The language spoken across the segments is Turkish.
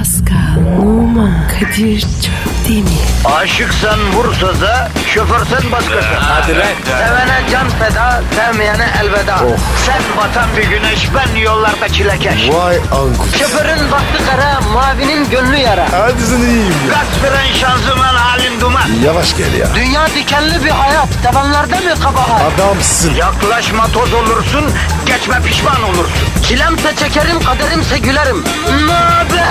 Pascal, Oman, Kadir çok değil mi? Aşıksan vursa da, şoförsen başkasın. Hadi lan. Sevene can feda, sevmeyene elveda. Sen batan bir güneş, ben yollarda çilekeş. Vay anku. Şoförün baktı kara, mavinin gönlü yara. Hadi sen iyiyim ya. Kasperen şanzıman halin duman. Yavaş gel ya. Dünya dikenli bir hayat, sevenlerde mi kabahar? Adamsın. Yaklaşma toz olursun, geçme pişman olursun. Çilemse çekerim, kaderimse gülerim. Möber!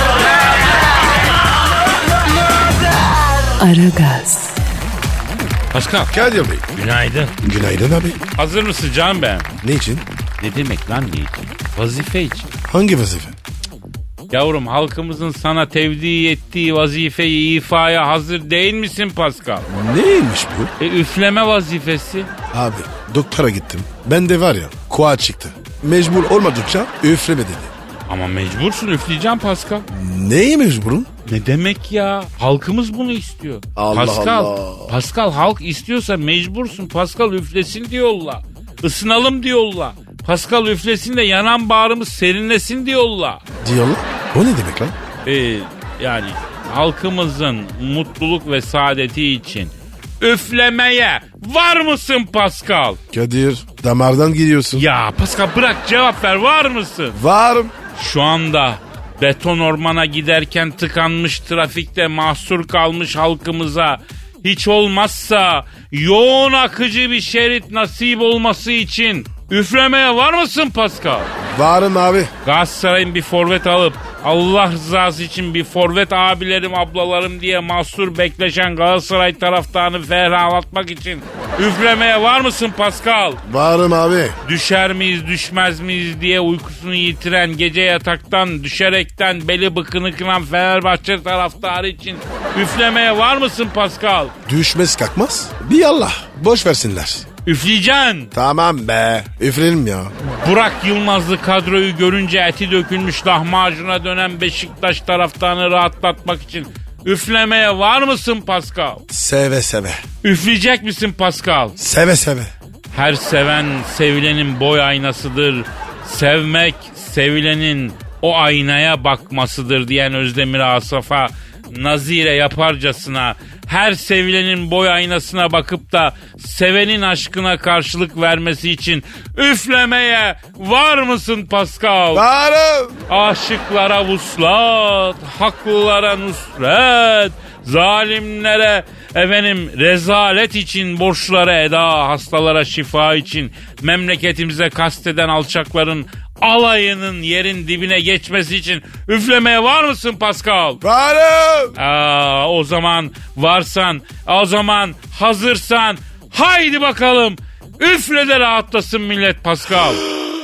Aragaz, Pascal, Kadir Bey. günaydın. Günaydın abi. Hazır mısın can ben? Ne için? Ne demek lan ne için? Vazife için. Hangi vazife? Yavrum halkımızın sana tevdi ettiği vazifeyi ifaya hazır değil misin Pascal? Neymiş bu? Üfleme vazifesi. Abi doktora gittim. Ben de var ya kuğa çıktı. Mecbur olmadıkça üfleme dedi. Ama mecbursun üfleyeceğim Pascal. Neye mecburum? Ne demek ya? Halkımız bunu istiyor. Allah Pascal, Allah. Pascal halk istiyorsa mecbursun. Pascal üflesin diyorlar. Isınalım diyorlar. Pascal üflesin de yanan bağrımız serinlesin diyorlar. Diyorlar. O ne demek lan? Yani halkımızın mutluluk ve saadeti için üflemeye var mısın Pascal? Kadir damardan giriyorsun. Ya Pascal bırak cevap ver, var mısın? Varım. Şu anda beton ormana giderken tıkanmış trafikte mahsur kalmış halkımıza hiç olmazsa yoğun akıcı bir şerit nasip olması için üflemeye var mısın Pascal? Varım abi. Galatasaray'ın bir forvet alıp Allah rızası için bir forvet abilerim ablalarım diye mahsur bekleşen Galatasaray taraftarını ferahlatmak için üflemeye var mısın Pascal? Varım abi. Düşer miyiz düşmez miyiz diye uykusunu yitiren, gece yataktan düşerekten beli bıkını kıran Fenerbahçe taraftarı için üflemeye var mısın Pascal? Düşmez kalkmaz. Bir Allah. Boş versinler. Üfleyeceksin. Tamam be. Üfleyelim ya. Burak Yılmazlı kadroyu görünce eti dökülmüş lahmacuna dönen Beşiktaş taraftarını rahatlatmak için üflemeye var mısın Pascal? Seve seve. Üfleyecek misin Pascal? Seve seve. Her seven sevilenin boy aynasıdır. Sevmek sevilenin o aynaya bakmasıdır diyen Özdemir Asaf'a nazire yaparcasına her sevilenin boy aynasına bakıp da sevenin aşkına karşılık vermesi için üflemeye var mısın Pascal? Varım. Aşıklara vuslat, haklılara nusret, zalimlere rezalet için, borçlara eda, hastalara şifa için, memleketimize kasteden alçakların alayının yerin dibine geçmesi için üflemeye var mısın Pascal? Varım. O zaman varsan, o zaman hazırsan haydi bakalım üfle de rahatlasın millet Pascal.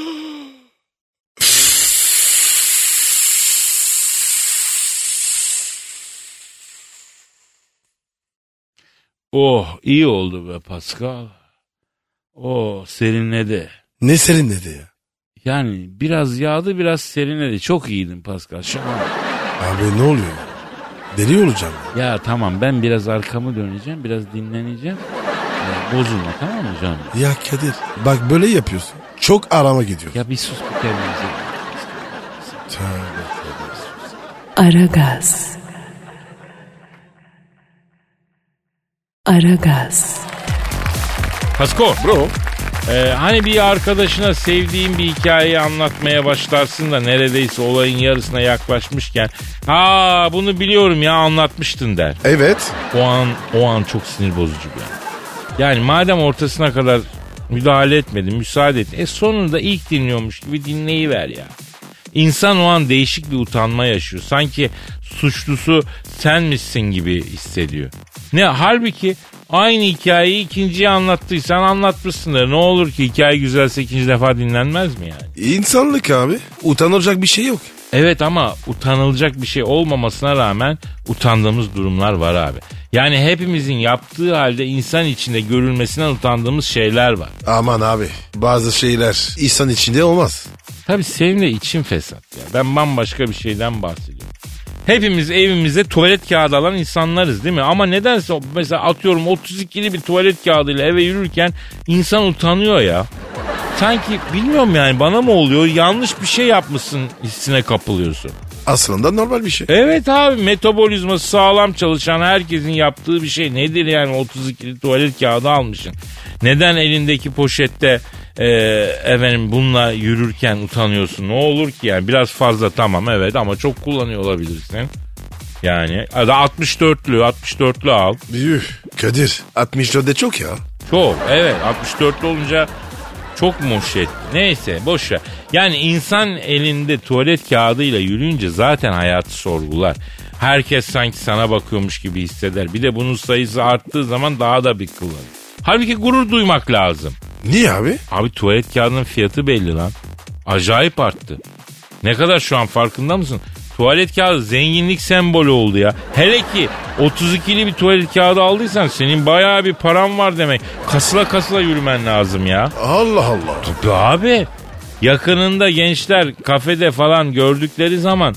Oh iyi oldu be Pascal. Oh serinledi. Ne serinledi ya? Yani biraz yağdı biraz serinledi. Çok iyiydin Pascal. Şahane. Abi ne oluyor? Deli olacağım. Ya tamam ben biraz arkamı döneceğim. Biraz dinleneceğim. Bozulma tamam mı canım? Ya Kadir bak böyle yapıyorsun. Çok arama gidiyor. Ya bir sus bir kendinize. Tövbe. Aragaz. Aragaz. Pasko. Bro. Hani bir arkadaşına sevdiğin bir hikayeyi anlatmaya başlarsın da neredeyse olayın yarısına yaklaşmışken bunu biliyorum ya anlatmıştın der. Evet. O an çok sinir bozucu bir an. Yani madem ortasına kadar müdahale etmedin, müsaade ettin. Sonunda ilk dinliyormuş gibi dinleyiver ya. İnsan o an değişik bir utanma yaşıyor. Sanki suçlusu senmişsin gibi hissediyor. Halbuki aynı hikayeyi ikinciye anlattıysan anlatmışsındır. Ne olur ki hikaye güzelse ikinci defa dinlenmez mi yani? İnsanlık abi. Utanılacak bir şey yok. Evet ama utanılacak bir şey olmamasına rağmen utandığımız durumlar var abi. Yani hepimizin yaptığı halde insan içinde görülmesinden utandığımız şeyler var. Aman abi bazı şeyler insan içinde olmaz. Tabii senin de için fesat ya. Ben bambaşka bir şeyden bahsediyorum. Hepimiz evimizde tuvalet kağıdı alan insanlarız değil mi? Ama nedense mesela atıyorum 32'li bir tuvalet kağıdıyla eve yürürken insan utanıyor ya. Sanki bilmiyorum yani bana mı oluyor yanlış bir şey yapmışsın hissine kapılıyorsun. Aslında normal bir şey. Evet abi, metabolizması sağlam çalışan herkesin yaptığı bir şey. Nedir yani 32'li tuvalet kağıdı almışsın. Neden elindeki poşette bununla yürürken utanıyorsun? Ne olur ki yani, biraz fazla tamam evet ama çok kullanıyor olabilirsin. Yani 64'lü al. Büyük. Kadir 64'de çok ya. Çok evet, 64'lü olunca çok moşet. Neyse boş ver. Yani insan elinde tuvalet kağıdıyla yürüyünce zaten hayatı sorgular. Herkes sanki sana bakıyormuş gibi hisseder. Bir de bunun sayısı arttığı zaman daha da bir kullanır. Halbuki gurur duymak lazım. Niye abi? Abi tuvalet kağıdının fiyatı belli lan. Acayip arttı. Ne kadar şu an farkında mısın? Tuvalet kağıdı zenginlik sembolü oldu ya. Hele ki 32'li bir tuvalet kağıdı aldıysan senin bayağı bir paran var demek. Kasıla yürümen lazım ya. Allah Allah. Tabii abi. Yakınında gençler kafede falan gördükleri zaman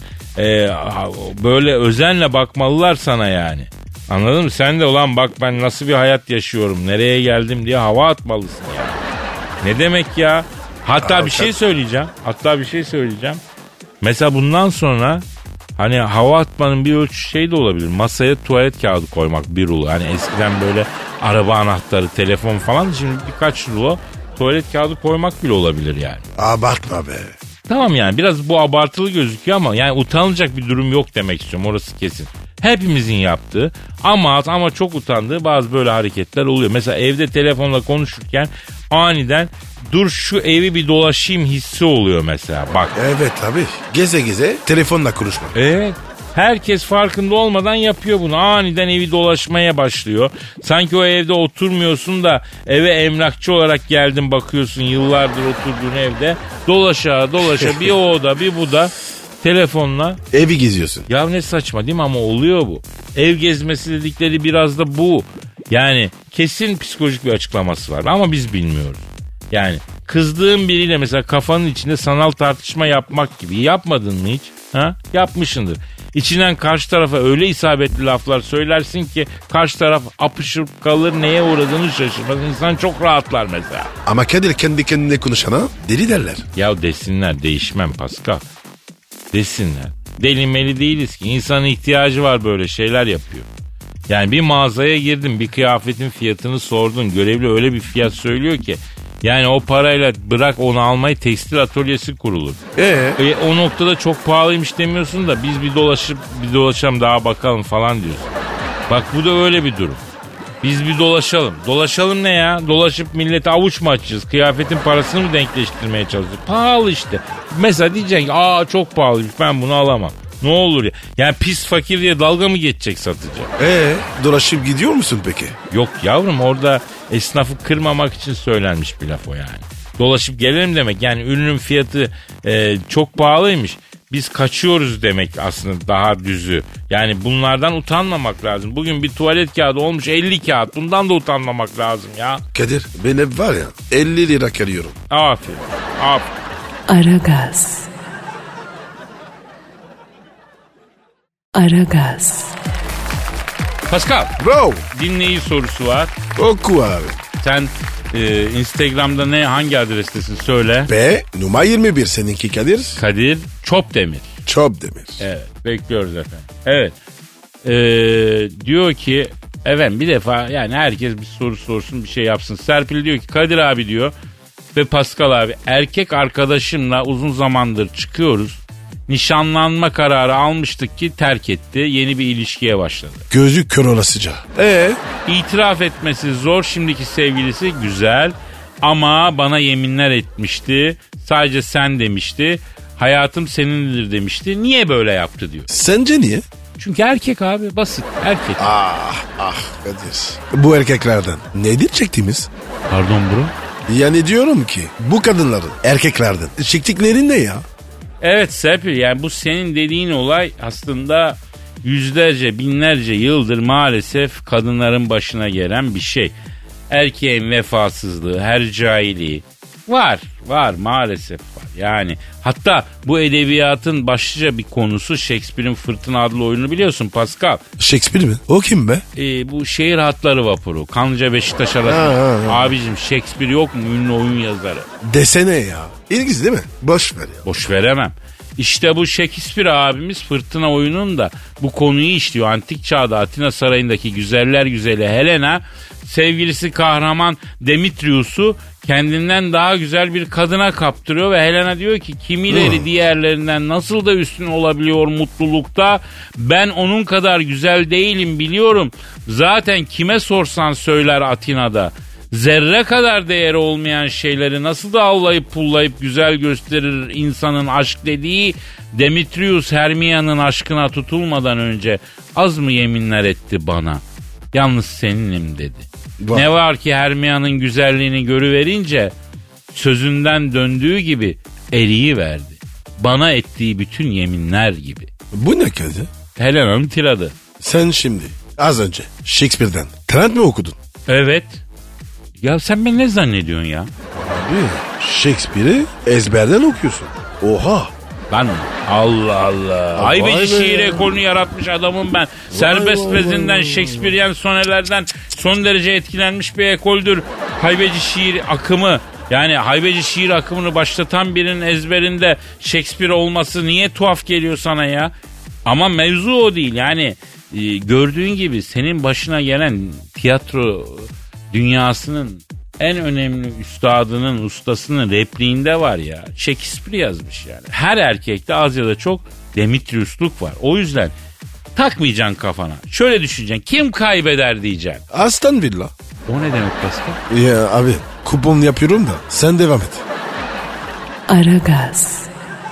böyle özenle bakmalılar sana yani. Anladın mı? Sen de ulan bak ben nasıl bir hayat yaşıyorum, nereye geldim diye hava atmalısın yani. Ne demek ya? Hatta bir şey söyleyeceğim. Mesela bundan sonra hani hava atmanın bir ölçü şey de olabilir. Masaya tuvalet kağıdı koymak bir rulo. Hani eskiden böyle araba anahtarı, telefon falan, şimdi birkaç rulo tuvalet kağıdı koymak bile olabilir yani. Abartma be. Tamam yani biraz bu abartılı gözüküyor ama yani utanılacak bir durum yok demek istiyorum, orası kesin. Hepimizin yaptığı ama çok utandığı bazı böyle hareketler oluyor. Mesela evde telefonla konuşurken aniden dur şu evi bir dolaşayım hissi oluyor mesela bak. Evet tabii. Geze telefonla konuşmak. Evet. Herkes farkında olmadan yapıyor bunu. Aniden evi dolaşmaya başlıyor. Sanki o evde oturmuyorsun da eve emlakçı olarak geldin, bakıyorsun yıllardır oturduğun evde. Dolaşa bir o oda bir bu da telefonla. Evi geziyorsun. Ya ne saçma değil mi ama oluyor bu. Ev gezmesi dedikleri biraz da bu. Yani kesin psikolojik bir açıklaması var ama biz bilmiyoruz. Yani kızdığın biriyle mesela kafanın içinde sanal tartışma yapmak gibi. Yapmadın mı hiç? Ha? Yapmışsındır. İçinden karşı tarafa öyle isabetli laflar söylersin ki karşı taraf apışıp kalır, neye uğradığını şaşırmaz. İnsan çok rahatlar mesela. Ama Kadir kendi kendine konuşana deli derler. Ya desinler, değişmem Pascal. Desinler. Delinmeli değiliz ki. İnsanın ihtiyacı var, böyle şeyler yapıyor. Yani bir mağazaya girdin, bir kıyafetin fiyatını sordun. Görevli öyle bir fiyat söylüyor ki yani o parayla bırak onu almayı, tekstil atölyesi kurulur. O noktada çok pahalıymış demiyorsun da biz bir dolaşalım daha bakalım falan diyorsun. Bak bu da öyle bir durum. Biz bir dolaşalım. Dolaşalım ne ya? Dolaşıp millete avuç mu açacağız? Kıyafetin parasını mı denkleştirmeye çalışıyoruz? Pahalı işte. Mesela diyeceksin ki çok pahalıymış, ben bunu alamam. Ne olur ya? Yani pis fakir diye dalga mı geçecek satıcı? Dolaşıp gidiyor musun peki? Yok yavrum, orada esnafı kırmamak için söylenmiş bir laf o yani. Dolaşıp gelelim demek. Yani ürünün fiyatı çok pahalıymış. Biz kaçıyoruz demek aslında daha düzü. Yani bunlardan utanmamak lazım. Bugün bir tuvalet kağıdı olmuş 50 kağıt. Bundan da utanmamak lazım ya. Kadir ben hep var ya 50 lira karıyorum. Aferin. Aragaz. Pascal. Bro. Dinleyici sorusu var. Oku abi. Sen Instagram'da hangi adrestesin söyle. Numara 21 seninki Kadir. Kadir Çopdemir. Çopdemir. Evet, bekliyoruz efendim. Evet. Diyor ki efendim bir defa yani herkes bir soru sorsun, bir şey yapsın. Serpil diyor ki Kadir abi diyor ve Pascal abi, erkek arkadaşımla uzun zamandır çıkıyoruz. Nişanlanma kararı almıştık ki terk etti. Yeni bir ilişkiye başladı. Gözü kör olasıca. İtiraf etmesi zor, şimdiki sevgilisi güzel ama bana yeminler etmişti. Sadece sen demişti. Hayatım senindir demişti. Niye böyle yaptı diyor. Sence niye? Çünkü erkek abi, basit erkek. Kadir. Bu erkeklerden nedir çektiğimiz? Pardon bro. Yani diyorum ki bu kadınların erkeklerden çektikleri ne ya? Evet Serpil, yani bu senin dediğin olay aslında yüzlerce binlerce yıldır maalesef kadınların başına gelen bir şey. Erkeğin vefasızlığı, hercailiği var maalesef var. Yani hatta bu edebiyatın başlıca bir konusu Shakespeare'in Fırtına adlı oyunu biliyorsun Pascal. Shakespeare mi? O kim be? Bu şehir hatları vapuru. Kanlıca Beşiktaş arasında. Abicim Shakespeare yok mu? Ünlü oyun yazarı. Desene ya. İlgisi değil mi? Boş ver ya. Boş veremem. İşte bu Shakespeare abimiz Fırtına oyununda bu konuyu işliyor. Antik çağda Atina sarayındaki güzeller güzeli Helena sevgilisi kahraman Demetrius'u kendinden daha güzel bir kadına kaptırıyor ve Helena diyor ki kimileri diğerlerinden nasıl da üstün olabiliyor mutlulukta, ben onun kadar güzel değilim biliyorum. Zaten kime sorsan söyler Atina'da. Zerre kadar değeri olmayan şeyleri nasıl da avlayıp pullayıp güzel gösterir insanın aşk dediği Demetrius Hermia'nın aşkına tutulmadan önce az mı yeminler etti bana? Yalnız seninim dedi. Vay. Ne var ki Hermia'nın güzelliğini görüverince sözünden döndüğü gibi eriyiverdi. Bana ettiği bütün yeminler gibi. Bu ne Kadir? Helena'nın tiradı. Sen şimdi az önce Shakespeare'den Trent mi okudun? Evet. Ya sen beni ne zannediyorsun ya? Abi Shakespeare'i ezberden okuyorsun. Oha. Lan Allah Allah. Vay Haybeci be. şiir ekolünü yaratmış adamım ben. Serbest vezinden, Shakespearean sonelerden son derece etkilenmiş bir ekoldür. Haybeci şiir akımı. Yani haybeci şiir akımını başlatan birinin ezberinde Shakespeare olması niye tuhaf geliyor sana ya? Ama mevzu o değil. Yani gördüğün gibi senin başına gelen tiyatro dünyasının en önemli üstadının, ustasının repliğinde var ya. Shakespeare yazmış yani. Her erkekte az ya da çok Demetriusluk var. O yüzden takmayacaksın kafana. Şöyle düşüneceksin. Kim kaybeder diyeceksin. Aston Villa. O ne demek Pascal? Ya abi kupon yapıyorum da sen devam et. Aragaz.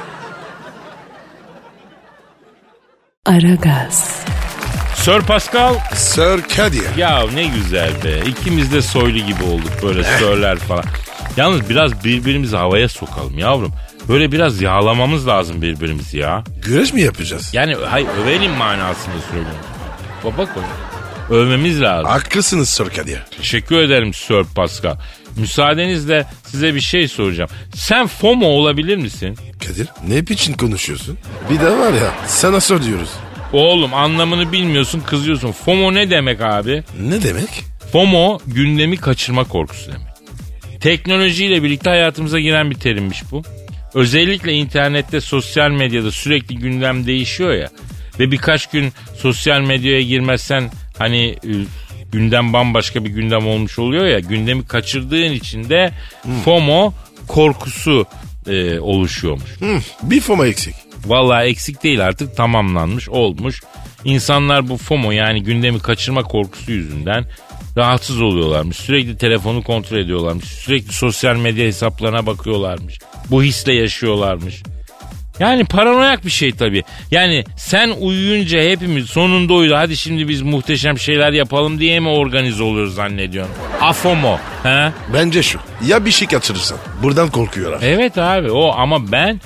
Aragaz. Sir Pascal. Sir Kadir. Ya ne güzel be. İkimiz de soylu gibi olduk böyle sörler falan. Yalnız biraz birbirimizi havaya sokalım yavrum. Böyle biraz yağlamamız lazım birbirimizi ya. Güreş mi yapacağız? Yani hayır övelim manasında söylüyorum. Bak övmemiz lazım. Haklısınız Sir Kadir. Teşekkür ederim Sir Pascal. Müsaadenizle size bir şey soracağım. Sen FOMO olabilir misin? Kadir ne biçim konuşuyorsun? Bir de var ya sana soruyoruz. Oğlum anlamını bilmiyorsun kızıyorsun. FOMO ne demek abi? Ne demek? FOMO gündemi kaçırma korkusu demek. Teknolojiyle birlikte hayatımıza giren bir terimmiş bu. Özellikle internette, sosyal medyada sürekli gündem değişiyor ya. Ve birkaç gün sosyal medyaya girmezsen hani gündem bambaşka bir gündem olmuş oluyor ya. Gündemi kaçırdığın için de FOMO korkusu oluşuyormuş. Bir FOMO eksik. Vallahi eksik değil artık tamamlanmış olmuş. İnsanlar bu FOMO yani gündemi kaçırma korkusu yüzünden rahatsız oluyorlarmış. Sürekli telefonu kontrol ediyorlarmış. Sürekli sosyal medya hesaplarına bakıyorlarmış. Bu hisle yaşıyorlarmış. Yani paranoyak bir şey tabii. Yani sen uyuyunca hepimiz sonunda uyudu. Hadi şimdi biz muhteşem şeyler yapalım diye mi organize oluyoruz zannediyorsun? AFOMO. He? Bence şu. Ya bir şey kaçırırsan. Buradan korkuyorlar. Evet abi o ama ben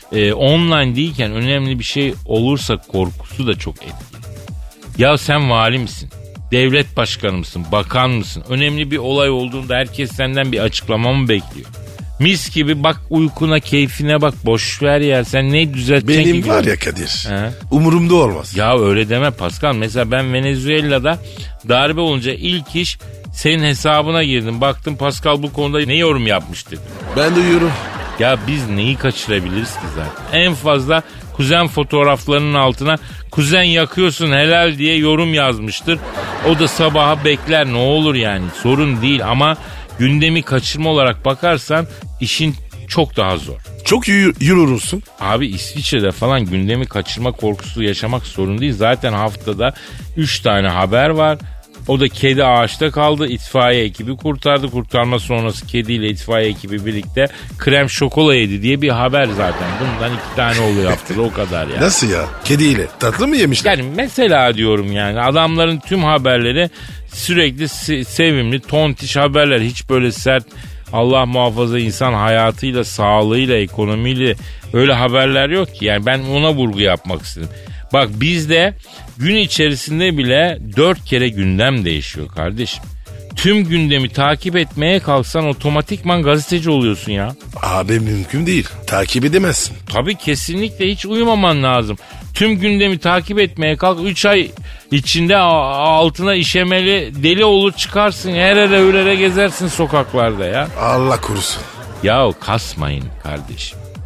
online değilken önemli bir şey olursa korkusu da çok etkili. Ya sen vali misin? Devlet başkanı mısın? Bakan mısın? Önemli bir olay olduğunda herkes senden bir açıklama mı bekliyor? Mis gibi bak uykuna keyfine bak boş ver ya sen ne düzelteceksin Benim ki? var ya Kadir. He? Umurumda olmaz. Ya öyle deme Pascal. Mesela ben Venezuela'da darbe olunca ilk iş senin hesabına girdim. Baktım Pascal bu konuda ne yorum yapmış dedim. Ben de uyuyorum. Ya biz neyi kaçırabiliriz ki zaten? En fazla kuzen fotoğraflarının altına kuzen yakıyorsun helal diye yorum yazmıştır. O da sabaha bekler ne olur yani sorun değil ama gündemi kaçırma olarak bakarsan işin çok daha zor. Çok yürürürsün. Abi İsviçre'de falan gündemi kaçırma korkusu yaşamak sorun değil. Zaten haftada 3 tane haber var. O da kedi ağaçta kaldı. İtfaiye ekibi kurtardı. Kurtarma sonrası kediyle itfaiye ekibi birlikte krem şokola yedi diye bir haber zaten. Bundan 2 tane oluyor haftada o kadar yani. Nasıl ya? Kediyle. Tatlı mı yemişler? Yani mesela diyorum yani adamların tüm haberleri sürekli sevimli, tontiş haberler. Hiç böyle sert Allah muhafaza insan hayatıyla, sağlığıyla, ekonomiyle öyle haberler yok ki. Yani ben ona vurgu yapmak istedim. Bak bizde gün içerisinde bile 4 kere gündem değişiyor kardeşim. Tüm gündemi takip etmeye kalksan otomatikman gazeteci oluyorsun ya. Abi mümkün değil. Takip edemezsin. Tabii kesinlikle hiç uyumaman lazım. Tüm gündemi takip etmeye kalk 3 ay içinde altına işemeli deli olur çıkarsın. Her yere öyle gezersin sokaklarda ya. Allah korusun. Ya kasmayın kardeşim.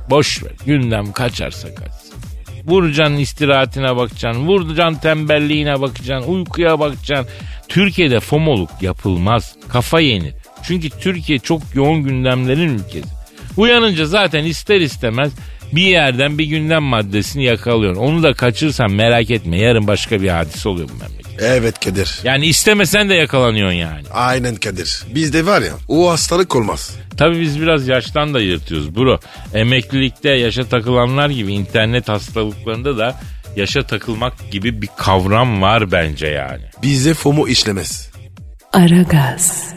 Boş ver. Gündem kaçarsa kaçsın. Vuracaksın istirahatine bakacaksın. Vuracaksın tembelliğine bakacaksın. Uykuya bakacaksın. Türkiye'de FOMO'luk yapılmaz. Kafa yenir. Çünkü Türkiye çok yoğun gündemlerin ülkesi. Uyanınca zaten ister istemez bir yerden bir gündem maddesini yakalıyorsun. Onu da kaçırsan merak etme. Yarın başka bir hadise oluyor bu memleket. Evet Kadir. Yani istemesen de yakalanıyorsun yani. Aynen Kadir. Bizde var ya o hastalık olmaz. Tabii biz biraz yaştan da yırtıyoruz bro. Emeklilikte yaşa takılanlar gibi internet hastalıklarında da yaşa takılmak gibi bir kavram var bence yani. Bizde FOMO işlemez. Aragaz.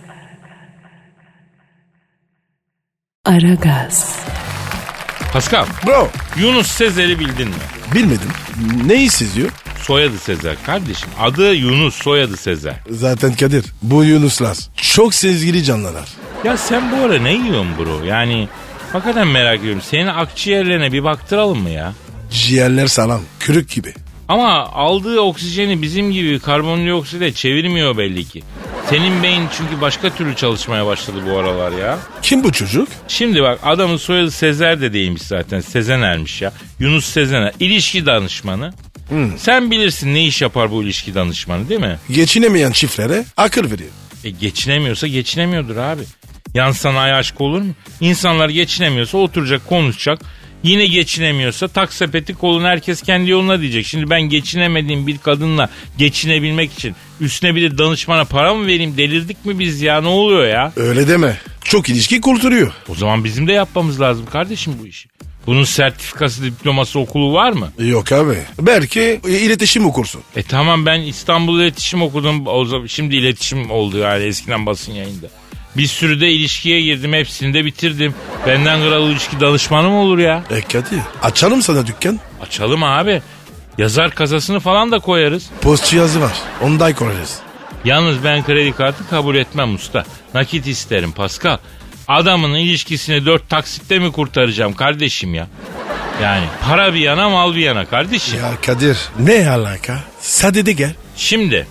Aragaz. Pascal, Bro. Yunus Sezer'i bildin mi? Bilmedim. Neyi seziyor? Soyadı Sezer kardeşim. Adı Yunus, soyadı Sezer. Zaten Kadir bu Yunuslar çok sezgili canlılar. Ya sen bu ara ne yiyorsun bro? Yani hakikaten merak ediyorum. Senin akciğerlerine bir baktıralım mı ya? Ciğerler sağlam. Kürük gibi. Ama aldığı oksijeni bizim gibi karbondioksite çevirmiyor belli ki. Senin beyin çünkü başka türlü çalışmaya başladı bu aralar ya. Kim bu çocuk? Şimdi bak adamın soyadı Sezer de değilmiş zaten. Sezener'miş ya. Yunus Sezener. İlişki danışmanı. Sen bilirsin ne iş yapar bu ilişki danışmanı değil mi? Geçinemeyen çiftlere akıl veriyor. Geçinemiyorsa geçinemiyordur abi. Yan sanayi aşk olur mu? İnsanlar geçinemiyorsa oturacak konuşacak. Yine geçinemiyorsa tak sepeti kolunu herkes kendi yoluna diyecek. Şimdi ben geçinemediğim bir kadınla geçinebilmek için üstüne bir de danışmana para mı vereyim? Delirdik mi biz ya? Ne oluyor ya? Öyle deme. Çok ilişki kurtarıyor. O zaman bizim de yapmamız lazım kardeşim bu işi. Bunun sertifikası, diploması, okulu var mı? Yok abi. Belki iletişim okursun. Tamam ben İstanbul İletişim okudum. O zaman, şimdi iletişim oldu yani eskiden basın yayında. Bir sürü de ilişkiye girdim. Hepsini de bitirdim. Benden kral ilişki danışmanı mı olur ya? Kadir açalım sana dükkan. Açalım abi. Yazar kasasını falan da koyarız. Post cihazı var. Ondan koyarız. Yalnız ben kredi kartı kabul etmem usta. Nakit isterim Pascal. Adamın ilişkisini 4 taksitte mi kurtaracağım kardeşim ya? Yani para bir yana mal bir yana kardeşim. Ya Kadir ne alaka? Sadede gel. Şimdi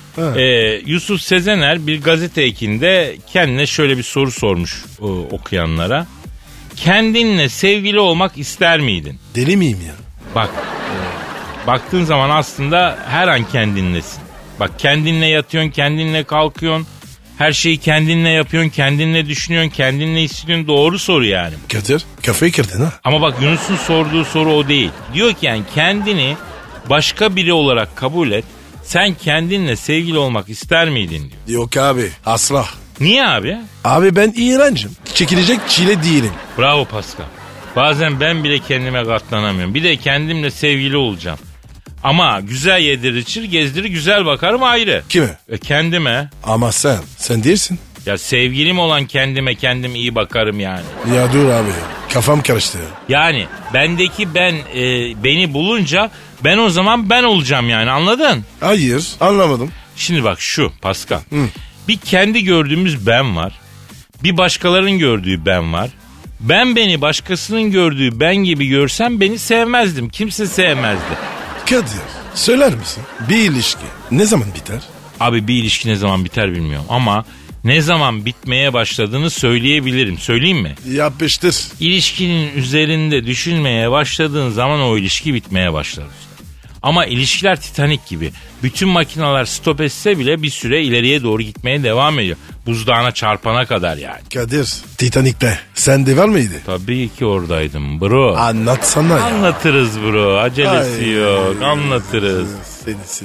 Yusuf Sezener bir gazete ekinde kendine şöyle bir soru sormuş okuyanlara. Kendinle sevgili olmak ister miydin? Deli miyim ya? Bak baktığın zaman aslında her an kendinlesin. Bak kendinle yatıyorsun, kendinle kalkıyorsun. Her şeyi kendinle yapıyorsun, kendinle düşünüyorsun, kendinle hissediyorsun. Doğru soru yani. Kadir kafayı kırdın ha. Ama bak Yunus'un sorduğu soru o değil. Diyor ki yani kendini başka biri olarak kabul et. Sen kendinle sevgili olmak ister miydin diyor. Yok abi asla. Niye abi? Abi ben iğrencim. Çekilecek çile değilim. Bravo Pascal. Bazen ben bile kendime katlanamıyorum. Bir de kendimle sevgili olacağım. Ama güzel yedirir içir gezdirir güzel bakarım ayrı. Kime? Kendime. Ama sen değilsin. Ya sevgilim olan kendime kendim iyi bakarım yani. Ya dur abi ya. Kafam karıştı ya. Yani bendeki ben beni bulunca ben o zaman ben olacağım yani anladın? Hayır anlamadım. Şimdi bak şu Pascal. Bir kendi gördüğümüz ben var. Bir başkalarının gördüğü ben var. Ben beni başkasının gördüğü ben gibi görsem beni sevmezdim. Kimse sevmezdi. Kadir söyler misin? Bir ilişki ne zaman biter? Abi bir ilişki ne zaman biter bilmiyorum ama ne zaman bitmeye başladığını söyleyebilirim. Söyleyeyim mi? Yapıştır. İlişkinin üzerinde düşünmeye başladığın zaman o ilişki bitmeye başlar. Ama ilişkiler Titanik gibi. Bütün makineler stop etse bile bir süre ileriye doğru gitmeye devam ediyor. Buzdağına çarpana kadar yani. Kadir Titanik'te sen de var mıydı? Tabii ki oradaydım bro. Anlatsana ya. Anlatırız bro. Acelesi yok. Anlatırız. Seni.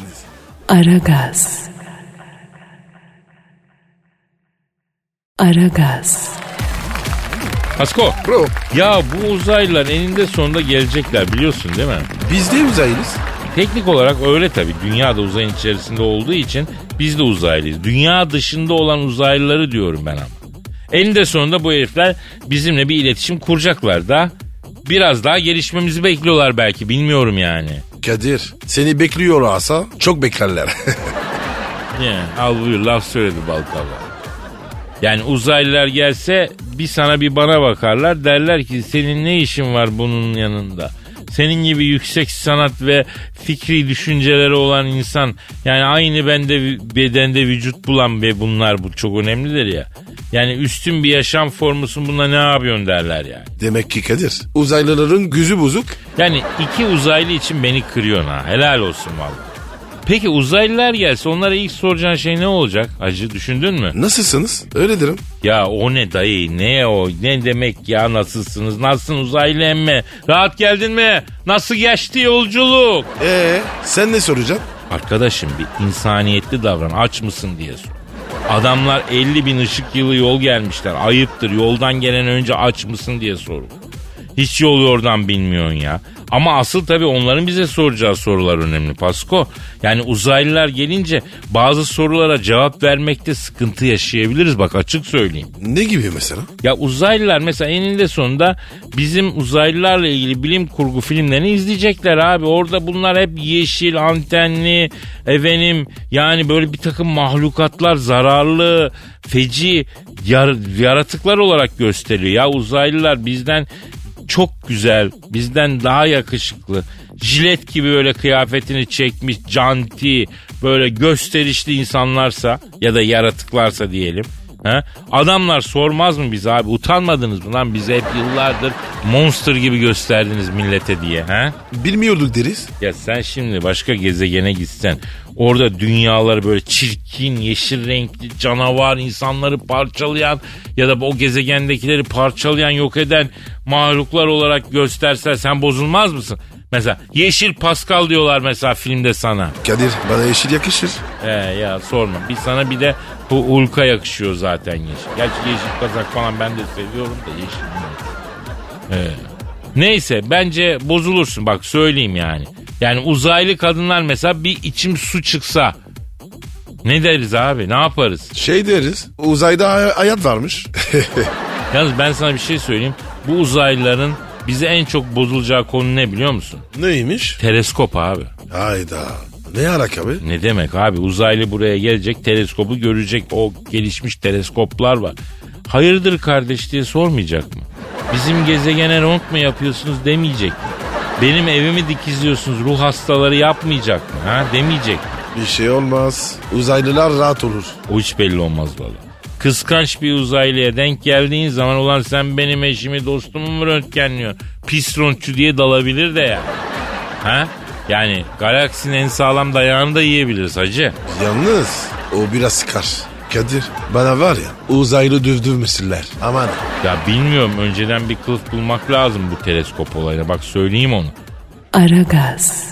Aragaz. Aragaz. Pasko. Bro Ya bu uzaylılar eninde sonunda gelecekler biliyorsun değil mi? biz de uzaylıyız. Teknik olarak öyle tabii. Dünya da uzayın içerisinde olduğu için biz de uzaylıyız. Dünya dışında olan uzaylıları diyorum ben ama. Eninde sonunda bu herifler bizimle bir iletişim kuracaklar da biraz daha gelişmemizi bekliyorlar belki bilmiyorum yani. Kadir seni bekliyorlarsa çok beklerler. Yani, al buyur laf söyledi Balkava. Yani uzaylılar gelse bir sana bir bana bakarlar derler ki senin ne işin var bunun yanında? senin gibi yüksek sanat ve fikri düşünceleri olan insan, yani aynı bedende vücut bulan ve bunlar bu çok önemlidir ya. Yani üstün bir yaşam formusun, buna ne yapıyorsun derler yani. Demek ki Kadir, uzaylıların gözü bozuk. Yani iki uzaylı için beni kırıyorsun ha. Helal olsun vallahi. Peki uzaylılar gelse onlara ilk soracağın şey ne olacak? Hacı, düşündün mü? Nasılsınız? Öyle derim. Ya o ne dayı, ne o, ne demek ya nasılsınız? Nasılsın uzaylı emme? Rahat geldin mi? Nasıl geçti yolculuk? Sen ne soracaksın? Arkadaşım bir insaniyetli davran, aç mısın diye sor. Adamlar 50 bin ışık yılı yol gelmişler. Ayıptır, yoldan gelen önce aç mısın diye sorun. Hiç yol yordan bilmiyorsun ya. Ama asıl tabii onların bize soracağı sorular önemli Pasko. Yani uzaylılar gelince bazı sorulara cevap vermekte sıkıntı yaşayabiliriz, bak açık söyleyeyim. Ne gibi mesela? Ya uzaylılar mesela eninde sonunda bizim uzaylılarla ilgili bilim kurgu filmlerini izleyecekler abi. Orada bunlar hep yeşil, antenli, yani böyle bir takım mahlukatlar, zararlı, feci yaratıklar olarak gösteriyor. Ya uzaylılar bizden çok güzel, bizden daha yakışıklı, jilet gibi böyle kıyafetini çekmiş, canti, böyle gösterişli insanlarsa ya da yaratıklarsa diyelim. Adamlar sormaz mı bize abi, utanmadınız mı lan, bize hep yıllardır monster gibi gösterdiniz millete diye. Bilmiyorduk deriz. Ya sen şimdi başka gezegene gitsen, orada dünyaları böyle çirkin, yeşil renkli, canavar, insanları parçalayan ya da o gezegendekileri parçalayan, yok eden mahluklar olarak göstersen sen bozulmaz mısın? Mesela Yeşil Pascal diyorlar mesela filmde sana. Kadir, bana yeşil yakışır. Ya sorma. Bir sana bir de bu Hulk'a yakışıyor zaten yeşil. Gerçi yeşil kazak falan ben de seviyorum da yeşil. Neyse, bence bozulursun, bak söyleyeyim yani. Yani uzaylı kadınlar mesela bir içim su çıksa ne deriz abi, ne yaparız? Şey deriz, uzayda hayat varmış. Yalnız ben sana bir şey söyleyeyim. Bu uzaylıların bize en çok bozulacağı konu ne biliyor musun? Neymiş? Teleskop abi. Hayda. Ne alaka abi? Ne demek abi? Uzaylı buraya gelecek, teleskobu görecek. O gelişmiş teleskoplar var. Hayırdır kardeş diye sormayacak mı? Bizim gezegene ront mu yapıyorsunuz demeyecek mi? Benim evimi dikizliyorsunuz, ruh hastaları yapmayacak mı? Demeyecek mi? Bir şey olmaz. Uzaylılar rahat olur. O hiç belli olmaz valla. Kıskanç bir uzaylıya denk geldiğin zaman, ulan sen benim eşimi, dostumu mu röntgenliyorsun? Pis röntçü diye dalabilir de ya. Yani galaksinin en sağlam dayağını da yiyebiliriz hacı. Yalnız o biraz sıkar. Kadir, bana var ya, uzaylı dövdürmesinler. Aman. Ya bilmiyorum, önceden bir kılıf bulmak lazım bu teleskop olayına. Bak söyleyeyim onu. Aragaz.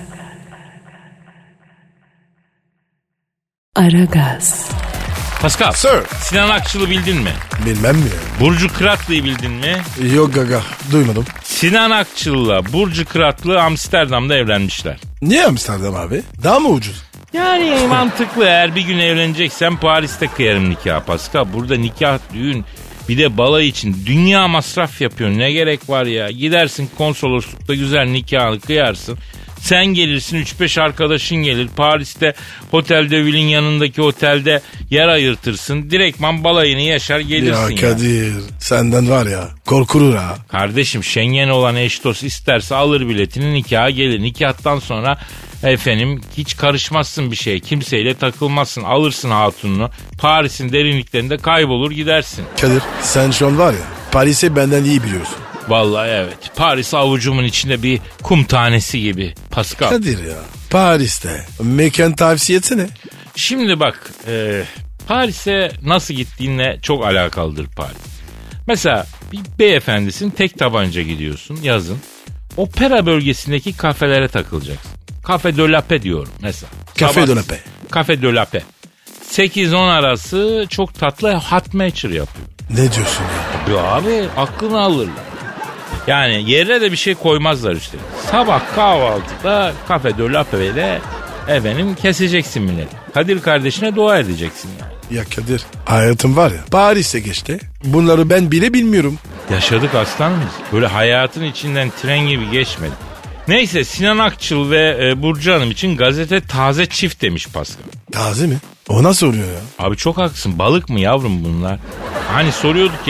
Aragaz. Pascal. Sir. Sinan Akçıl'ı bildin mi? Bilmem mi ya? Burcu Kıratlı'yı bildin mi? Yok gaga, duymadım. Sinan Akçıl'la Burcu Kıratlı Amsterdam'da evlenmişler. Niye Amsterdam abi? Daha mı ucuz? Yani mantıklı, eğer bir gün evleneceksen Paris'te kıyarım nikah Pascal. Burada nikah, düğün, bir de balayı için dünya masraf yapıyorsun. Ne gerek var ya? Gidersin konsoloslukta güzel nikahını kıyarsın. Sen gelirsin, 3-5 arkadaşın gelir. Paris'te Hotel de Ville'in yanındaki otelde yer ayırtırsın. Direktman balayını yaşar gelirsin ya. Kadir, senden var ya, korkulur ha. Kardeşim, Schengen olan eş dost isterse alır biletini, nikaha gelir. Nikahtan sonra hiç karışmazsın bir şeye. Kimseyle takılmazsın. Alırsın hatununu. Paris'in derinliklerinde kaybolur gidersin. Kadir, sen şu an var ya, Paris'i benden iyi biliyorsun. Vallahi evet. Paris avucumun içinde bir kum tanesi gibi Pascal. Kadir ya, Paris'te mekan tavsiye etsene. Şimdi bak, Paris'e nasıl gittiğinle çok alakalıdır Paris. Mesela bir beyefendisin, tek tabanca gidiyorsun yazın. Opera bölgesindeki kafelere takılacaksın. Cafe de la Paix diyorum mesela. Cafe de la Paix. Cafe de la Paix. 8-10 arası çok tatlı hot matcher yapıyor. Ne diyorsun ya? Ya abi, aklını alırlar. Yani yerine de bir şey koymazlar üstelik. Sabah kahvaltıda Cafe de la Paix'de keseceksin milleti. Kadir kardeşine dua edeceksin yani. Ya Kadir, hayatım var ya, Paris'e geçti. Bunları ben bile bilmiyorum. Yaşadık aslanımız. Böyle hayatın içinden tren gibi geçmedik. Neyse, Sinan Akçıl ve Burcu Hanım için gazete taze çift demiş Pascal. Taze mi? O nasıl oluyor ya? Abi çok haklısın, balık mı yavrum bunlar? Hani soruyorduk ya,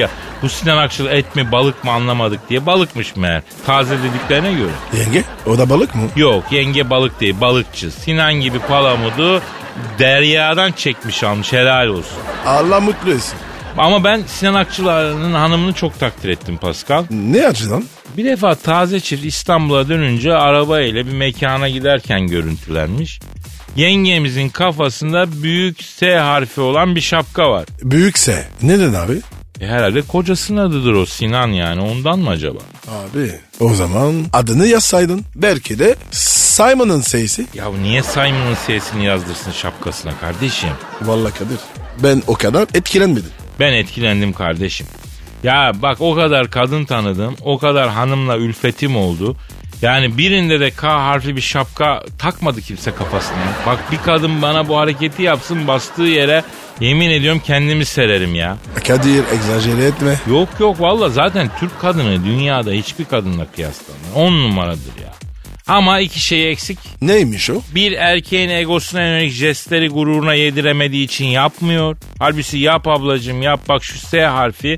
Bu Sinan Akçıl et mi balık mı anlamadık diye balıkmış meğer. Taze dediklerine göre. Yenge o da balık mı? Yok yenge balık değil balıkçı. Sinan gibi palamudu deryadan çekmiş almış helal olsun. Allah mutlu etsin. Ama ben Sinan Akçıl'ın hanımını çok takdir ettim Pascal. Ne açıdan? Bir defa taze çift İstanbul'a dönünce arabayla bir mekana giderken görüntülenmiş. Yengemizin kafasında büyük S harfi olan bir şapka var. Büyükse. Neden abi? Herhalde kocasının adıdır o Sinan yani ondan mı acaba? Abi o zaman adını yazsaydın. Belki de Simon'ın sesi. Ya niye Simon'ın S'sini yazdırsın şapkasına kardeşim? Vallahi Kadir ben o kadar etkilenmedim. Ben etkilendim kardeşim. Ya bak o kadar kadın tanıdım, o kadar hanımla ülfetim oldu. Yani birinde de K harfli bir şapka takmadı kimse kafasına. Bak bir kadın bana bu hareketi yapsın bastığı yere yemin ediyorum kendimi sererim ya. Kadir egzajere etme. Yok valla zaten Türk kadını dünyada hiçbir kadınla kıyaslanmıyor. 10 numaradır ya. Ama iki şey eksik. Neymiş o? Bir erkeğin egosuna yönelik jestleri gururuna yediremediği için yapmıyor. Halbuki yap ablacığım yap bak şu S harfi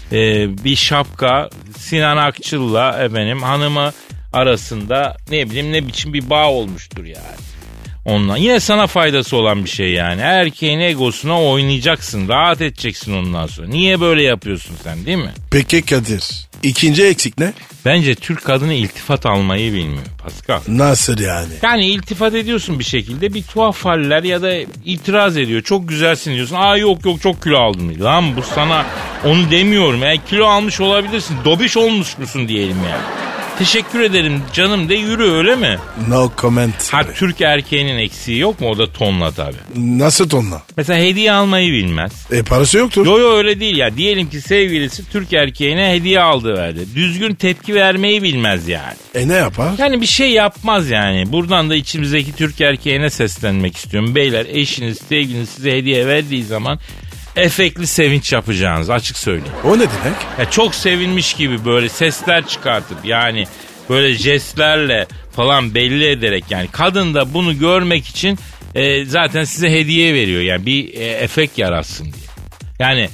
bir şapka Sinan Akçıl'la hanımı arasında ne bileyim ne biçim bir bağ olmuştur yani. Ondan yine sana faydası olan bir şey yani. Erkeğin egosuna oynayacaksın, rahat edeceksin ondan sonra. Niye böyle yapıyorsun sen değil mi? Peki Kadir, ikinci eksik ne? Bence Türk kadını iltifat almayı bilmiyor Pascal. Nasıl yani? Yani iltifat ediyorsun bir şekilde bir tuhaf haller ya da itiraz ediyor. Çok güzelsin diyorsun. Aa yok çok kilo aldım. Lan bu sana onu demiyorum. Yani kilo almış olabilirsin. Dobiş olmuş musun diyelim yani. Teşekkür ederim canım de yürü öyle mi? No comment. Ha Türk erkeğinin eksiği yok mu? O da tonla tabii. Nasıl tonla? Mesela hediye almayı bilmez. Parası yoktur. Yo öyle değil ya. Diyelim ki sevgilisi Türk erkeğine hediye aldı verdi. Düzgün tepki vermeyi bilmez yani. Ne yapar? Yani bir şey yapmaz yani. Buradan da içimizdeki Türk erkeğine seslenmek istiyorum. Beyler eşiniz sevgiliniz size hediye verdiği zaman efektli sevinç yapacağınız açık söyleyeyim. O ne demek? Ya çok sevinmiş gibi böyle sesler çıkartıp yani böyle jestlerle falan belli ederek yani kadın da bunu görmek için zaten size hediye veriyor yani bir efekt yaratsın diye. Yani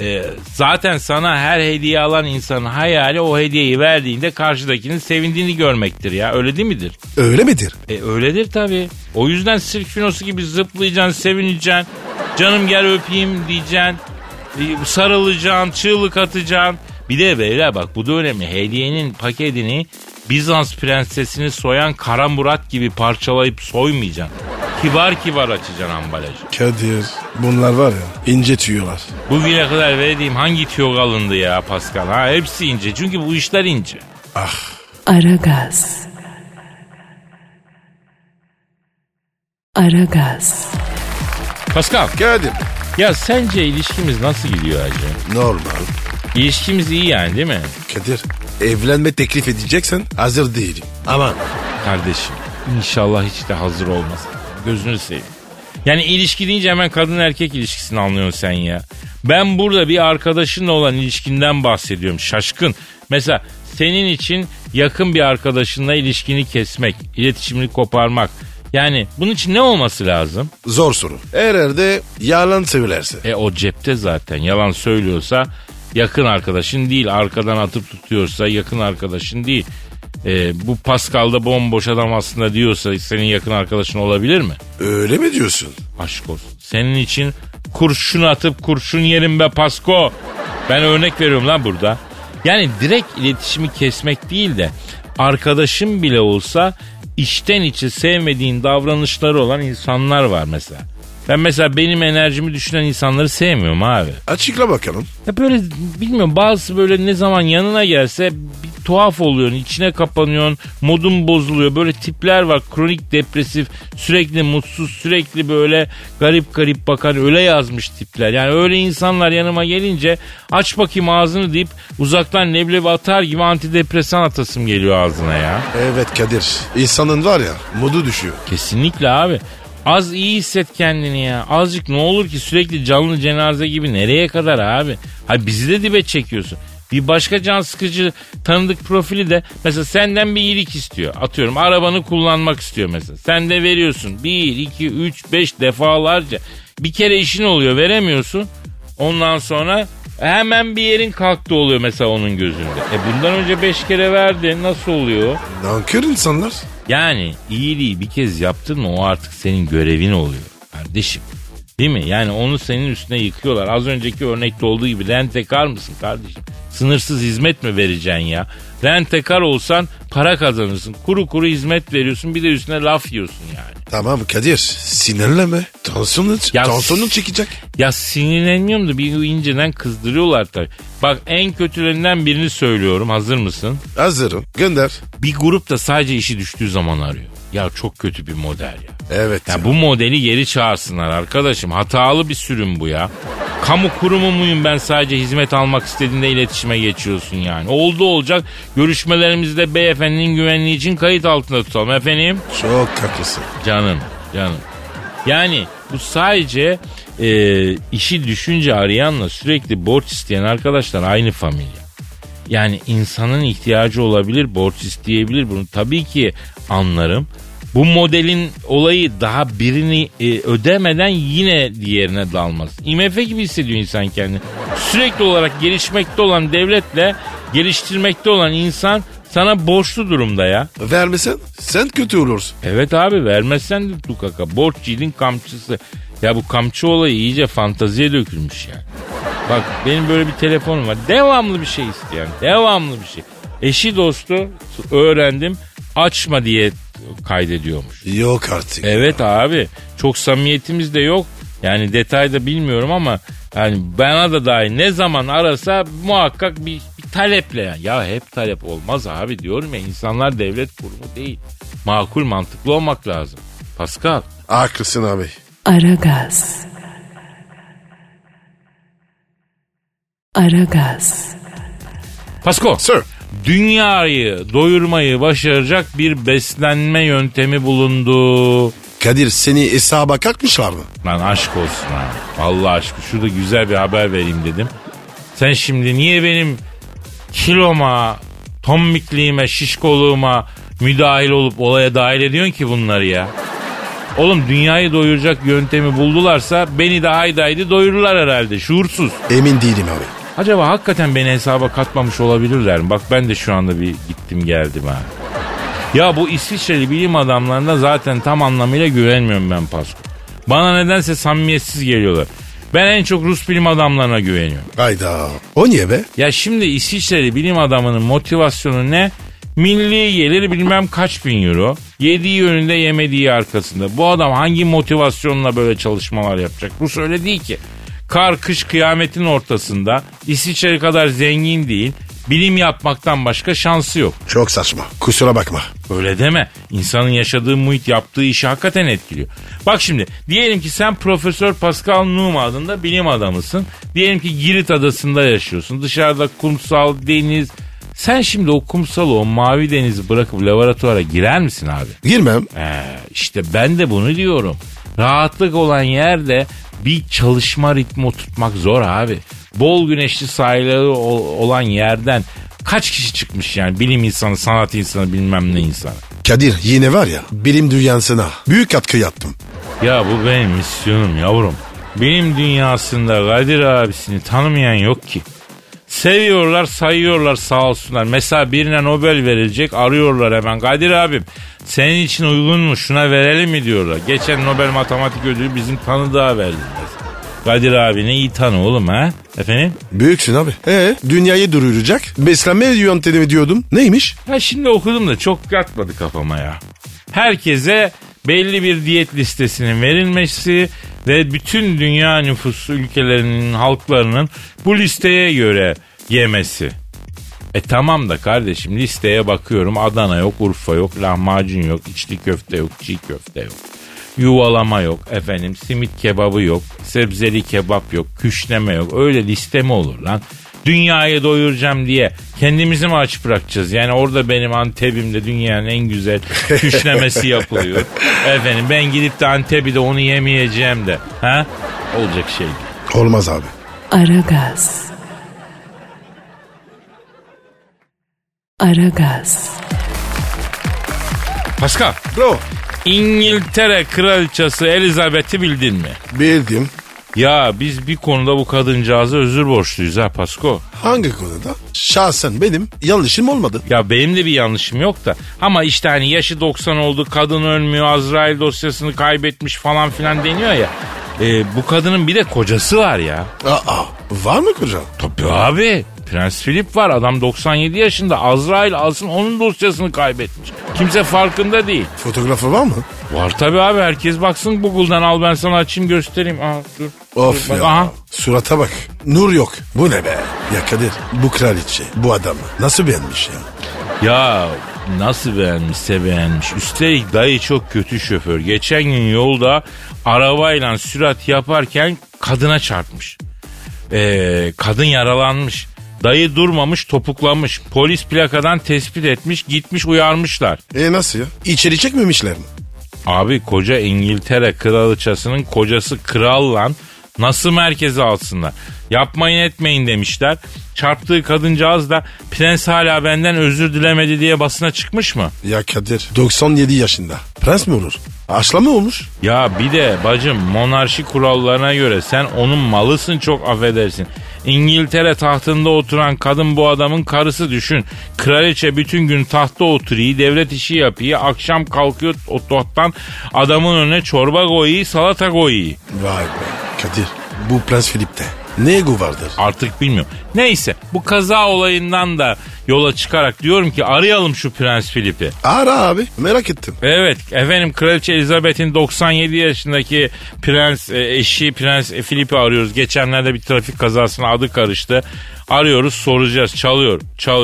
zaten sana her hediye alan insanın hayali o hediyeyi verdiğinde karşıdakinin sevindiğini görmektir ya öyle değil midir? Öyle midir? Öyledir tabii. O yüzden sirk finosu gibi zıplayacaksın sevineceksin. Canım gel öpeyim diyeceksin. Sarılacaksın, çığlık atacaksın. Bir de beyler bak bu da önemli. Hediyenin paketini Bizans prensesini soyan Kara Murat gibi parçalayıp soymayacaksın. Kibar kibar açacaksın ambalajı. Kadir bunlar var ya ince tüyolar. Bugüne kadar verdiğim hangi tüyo kalındı ya Pascal? Ha hepsi ince çünkü bu işler ince. Ah. Aragaz. Aragaz. Pascal. Kadir. Ya sence ilişkimiz nasıl gidiyor acaba? Normal. İlişkimiz iyi yani değil mi? Kadir evlenme teklif edeceksen hazır değilim. Aman. Kardeşim inşallah hiç de hazır olmaz. Gözünü seveyim. Yani ilişki deyince hemen kadın erkek ilişkisini anlıyorsun sen ya. Ben burada bir arkadaşınla olan ilişkinden bahsediyorum. Şaşkın. Mesela senin için yakın bir arkadaşınla ilişkini kesmek, iletişimini koparmak. Yani bunun için ne olması lazım? Zor soru. Herhalde yalan söylerse. O cepte zaten. Yalan söylüyorsa yakın arkadaşın değil. Arkadan atıp tutuyorsa yakın arkadaşın değil. Bu Pascal'da bomboş adam aslında diyorsa senin yakın arkadaşın olabilir mi? Öyle mi diyorsun? Aşk olsun. Senin için kurşun atıp kurşun yerim be Pasko. Ben örnek veriyorum lan burada. Yani direkt iletişimi kesmek değil de arkadaşım bile olsa içten içe sevmediğin davranışları olan insanlar var mesela. Ben mesela benim enerjimi düşünen insanları sevmiyorum abi. Açıkla bakalım. Ya böyle bilmiyorum bazısı böyle ne zaman yanına gelse bir tuhaf oluyorsun, içine kapanıyorsun, modun bozuluyor. Böyle tipler var kronik depresif, sürekli mutsuz, sürekli böyle garip garip bakan öyle yazmış tipler. Yani öyle insanlar yanıma gelince aç bakayım ağzını deyip uzaktan leblebi atar gibi antidepresan atasım geliyor ağzına ya. Evet Kadir insanın var ya modu düşüyor. Kesinlikle abi. Az iyi hisset kendini ya. Azıcık ne olur ki sürekli canlı cenaze gibi nereye kadar abi? Hayır bizi de dibe çekiyorsun. Bir başka can sıkıcı tanıdık profili de mesela senden bir iyilik istiyor. Atıyorum arabanı kullanmak istiyor mesela. Sen de veriyorsun. 1, 2, 3, 5 defalarca. Bir kere işin oluyor veremiyorsun. Ondan sonra Hemen bir yerin kalktı oluyor mesela onun gözünde. Bundan önce 5 kere verdi. Nasıl oluyor? Nankör insanlar. Yani iyiliği bir kez yaptın mı o artık senin görevin oluyor kardeşim. Değil mi? Yani onu senin üstüne yıkıyorlar. Az önceki örnekte olduğu gibi rentekar mısın kardeşim? Sınırsız hizmet mi vereceksin ya? Rentekar olsan para kazanırsın. Kuru kuru hizmet veriyorsun, bir de üstüne laf yiyorsun yani. Tamam Kadir, sinirleme. Tansiyonun çekecek. Ya sinirlenmiyorum da bir inceden kızdırıyorlar tabii. Bak en kötülerinden birini söylüyorum. Hazır mısın? Hazırım. Gönder. Bir grup da sadece işi düştüğü zaman arıyor. Ya çok kötü bir model ya. Evet. Ya bu modeli geri çağırsınlar arkadaşım. Hatalı bir sürüm bu ya. Kamu kurumu muyum ben, sadece hizmet almak istediğinde iletişime geçiyorsun yani. Oldu olacak, görüşmelerimizde beyefendinin güvenliği için kayıt altında tutalım efendim. Çok haklısın. Canım. Yani bu sadece işi düşünce arayanla sürekli borç isteyen arkadaşlar aynı familya. Yani insanın ihtiyacı olabilir, borç isteyebilir, bunu tabii ki anlarım. Bu modelin olayı daha birini ödemeden yine diğerine dalmaz. IMF gibi hissediyor insan kendini. Sürekli olarak gelişmekte olan devletle geliştirmekte olan insan sana borçlu durumda ya. Vermesen sen kötü olursun. Evet abi, vermezsen de tukaka. Borç yiğidin kamçısı. Ya bu kamçı olayı iyice fantaziye dökülmüş yani. Bak benim böyle bir telefonum var. Devamlı bir şey isteyen. Devamlı bir şey. Eşi dostu öğrendim. Açma diye kaydediyormuş. Yok artık. Evet abi. Çok samimiyetimiz de yok. Yani detayda bilmiyorum ama yani bana da dahi ne zaman arasa muhakkak bir taleple yani. Ya hep talep olmaz abi diyorum ya, insanlar devlet kurumu değil. Makul mantıklı olmak lazım. Pascal. Haklısın abi. Aragaz. Pascal. Sir. Dünyayı doyurmayı başaracak bir beslenme yöntemi bulundu. Kadir seni hesaba kalkmışlar mı? Lan aşk olsun abi. Allah aşkına şurada güzel bir haber vereyim dedim. Sen şimdi niye benim kiloma, tombikliğime, şişkoluğuma müdahil olup olaya dahil ediyorsun ki bunları ya? Oğlum dünyayı doyuracak yöntemi buldularsa beni de haydi doyururlar herhalde, şuursuz. Emin değilim abi. Acaba hakikaten beni hesaba katmamış olabilirler mi? Bak ben de şu anda bir gittim geldim ha. Ya bu İsviçreli bilim adamlarına zaten tam anlamıyla güvenmiyorum ben Pasko. Bana nedense samimiyetsiz geliyorlar. Ben en çok Rus bilim adamlarına güveniyorum. Hayda. O niye be? Ya şimdi İsviçreli bilim adamının motivasyonu ne? Milli gelir bilmem kaç bin euro. Yediği önünde yemediği arkasında. Bu adam hangi motivasyonla böyle çalışmalar yapacak? Rus öyle değil ki. Kar kış kıyametin ortasında İsviçre kadar zengin değil. Bilim yapmaktan başka şansı yok. Çok saçma. Kusura bakma. Öyle deme. İnsanın yaşadığı muhit yaptığı işi hakikaten etkiliyor. Bak şimdi diyelim ki sen Profesör Pascal Numa adında bilim adamısın. Diyelim ki Girit adasında yaşıyorsun. Dışarıda kumsal, deniz. Sen şimdi o kumsalı, o mavi denizi bırakıp laboratuvara girer misin abi? Girmem. İşte ben de bunu diyorum. Rahatlık olan yerde bir çalışma ritmi oturtmak zor abi. Bol güneşli sahilleri olan yerden kaç kişi çıkmış yani, bilim insanı, sanat insanı, bilmem ne insanı. Kadir yine var ya, bilim dünyasına büyük katkı yaptım. Ya bu benim misyonum yavrum. Bilim dünyasında Kadir abisini tanımayan yok ki. Seviyorlar, sayıyorlar sağ olsunlar. Mesela birine Nobel verilecek, arıyorlar hemen. Kadir abim senin için uygun mu, şuna verelim mi diyorlar. Geçen Nobel matematik ödülü bizim tanıdığa verdiler. Kadir abine iyi tanı oğlum ha. Efendim? Büyüksün abi. Dünyayı durduracak beslenme yöntemi diyordum. Neymiş? Ha şimdi okudum da çok yatmadı kafama ya. Herkese belli bir diyet listesinin verilmesi ve bütün dünya nüfusu ülkelerinin halklarının bu listeye göre yemesi. Tamam da kardeşim, listeye bakıyorum. Adana yok, Urfa yok, lahmacun yok, içli köfte yok, çiğ köfte yok. Yuvalama yok efendim, simit kebabı yok, sebzeli kebap yok, küşleme yok. Öyle liste mi olur lan? Dünyayı doyuracağım diye kendimizi mi aç bırakacağız? Yani orada benim Antep'imde dünyanın en güzel küşlemesi yapılıyor. Efendim ben gidip de Antep'de onu yemeyeceğim de. Ha? Olacak şey değil. Olmaz abi. Aragaz. Pascal. Bro. İngiltere kraliçesi Elizabeth'i bildin mi? Bildim. Ya biz bir konuda bu kadıncağıza özür borçluyuz ha Pasko. Hangi konuda? Şahsen benim yanlışım olmadı. Ya benim de bir yanlışım yok da. Ama işte hani yaşı 90 oldu, kadın ölmüyor, Azrail dosyasını kaybetmiş falan filan deniyor ya. Bu kadının bir de kocası var ya. Aa, var mı koca? Tabii abi. Prens Philip var. Adam 97 yaşında. Azrail alsın onun dosyasını kaybetmiş. Kimse farkında değil. Fotoğrafı var mı? Var tabii abi. Herkes baksın Google'dan. Al ben sana açayım göstereyim. Aa, dur. Of Dur, ya. aha. Surata bak. Nur yok. Bu ne be? Ya Kadir, bu kraliçe, bu adam nasıl beğenmiş ya? Ya nasıl beğenmişse beğenmiş. Üstelik dayı çok kötü şoför. Geçen gün yolda arabayla sürat yaparken kadına çarpmış. Kadın yaralanmış. Dayı durmamış, topuklanmış. Polis plakadan tespit etmiş, gitmiş uyarmışlar. Nasıl ya? İçeri çekmemişler mi? Abi koca İngiltere kraliçasının kocası kralla nasıl merkeze alsınlar? Yapmayın etmeyin demişler. Çarptığı kadıncağız da prens hala benden özür dilemedi diye basına çıkmış mı? Ya Kadir, 97 yaşında. Prens mi olur? Aşla mı olmuş? Ya bir de bacım monarşi kurallarına göre sen onun malısın, çok affedersin. İngiltere tahtında oturan kadın bu adamın karısı, düşün. Kraliçe bütün gün tahtta oturuyor, devlet işi yapıyor. Akşam kalkıyor o tahttan adamın önüne çorba koyuyor, salata koyuyor. Vay be Kadir, bu Prens Philip'te ne ego vardır? Artık bilmiyorum. Neyse bu kaza olayından da yola çıkarak diyorum ki arayalım şu Prens Philip'i. Ara abi, merak ettim. Evet efendim, Kraliçe Elizabeth'in 97 yaşındaki eşi Prens Philip'i arıyoruz. Geçenlerde bir trafik kazasına adı karıştı. Arıyoruz, soracağız. Çalıyor.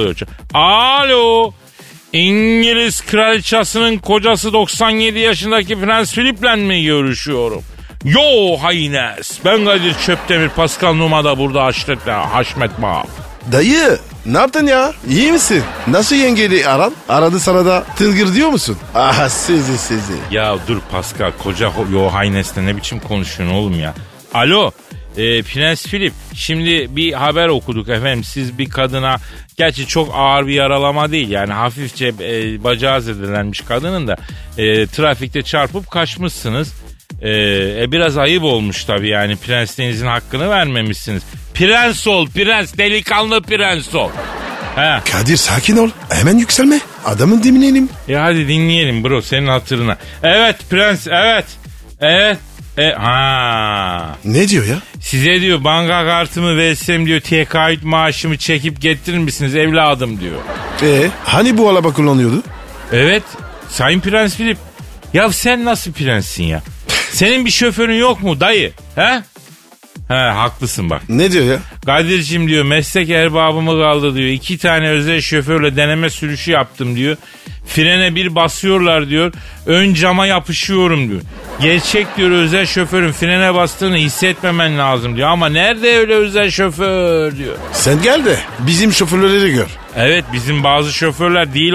Alo. İngiliz kraliçasının kocası 97 yaşındaki Prens Philip'le mi görüşüyorum? Yo Haynes. Ben Kadir Çöptemir, Pascal Numa da burada Haşmet Bağ. Dayı, ne yaptın ya? İyi misin? Nasıl yengeli aran? Aradı sana da tılgır diyor musun? Ah sizi. Ya dur Pascal, koca Yo Haynes'le ne biçim konuşuyorsun oğlum ya? Alo. Prens Philip, şimdi bir haber okuduk efendim. Siz bir kadına, gerçi çok ağır bir yaralama değil yani, hafifçe bacağı zedelenmiş kadının da trafikte çarpıp kaçmışsınız. Biraz ayıp olmuş tabii yani, prensliğinizin hakkını vermemişsiniz. Prens ol, prens, delikanlı prens ol. He. Kadir sakin ol, hemen yükselme. Adamın dinleyelim. Hadi dinleyelim bro, senin hatırına. Evet prens, evet. Ne diyor ya? Size diyor banka kartımı versem diyor, tekaüt maaşımı çekip getirir misiniz evladım diyor. Hani bu araba kullanıyordu? Evet Sayın Prens Philip. Ya sen nasıl prenssin ya? Senin bir şoförün yok mu dayı? He haklısın bak. Ne diyor ya? Kadir'cim diyor, meslek erbabımı kaldı diyor. 2 tane özel şoförle deneme sürüşü yaptım diyor. Frene bir basıyorlar diyor. Ön cama yapışıyorum diyor. Gerçek diyor özel şoförün frene bastığını hissetmemen lazım diyor. Ama nerede öyle özel şoför diyor. Sen gel de bizim şoförleri gör. Evet, bizim bazı şoförler değil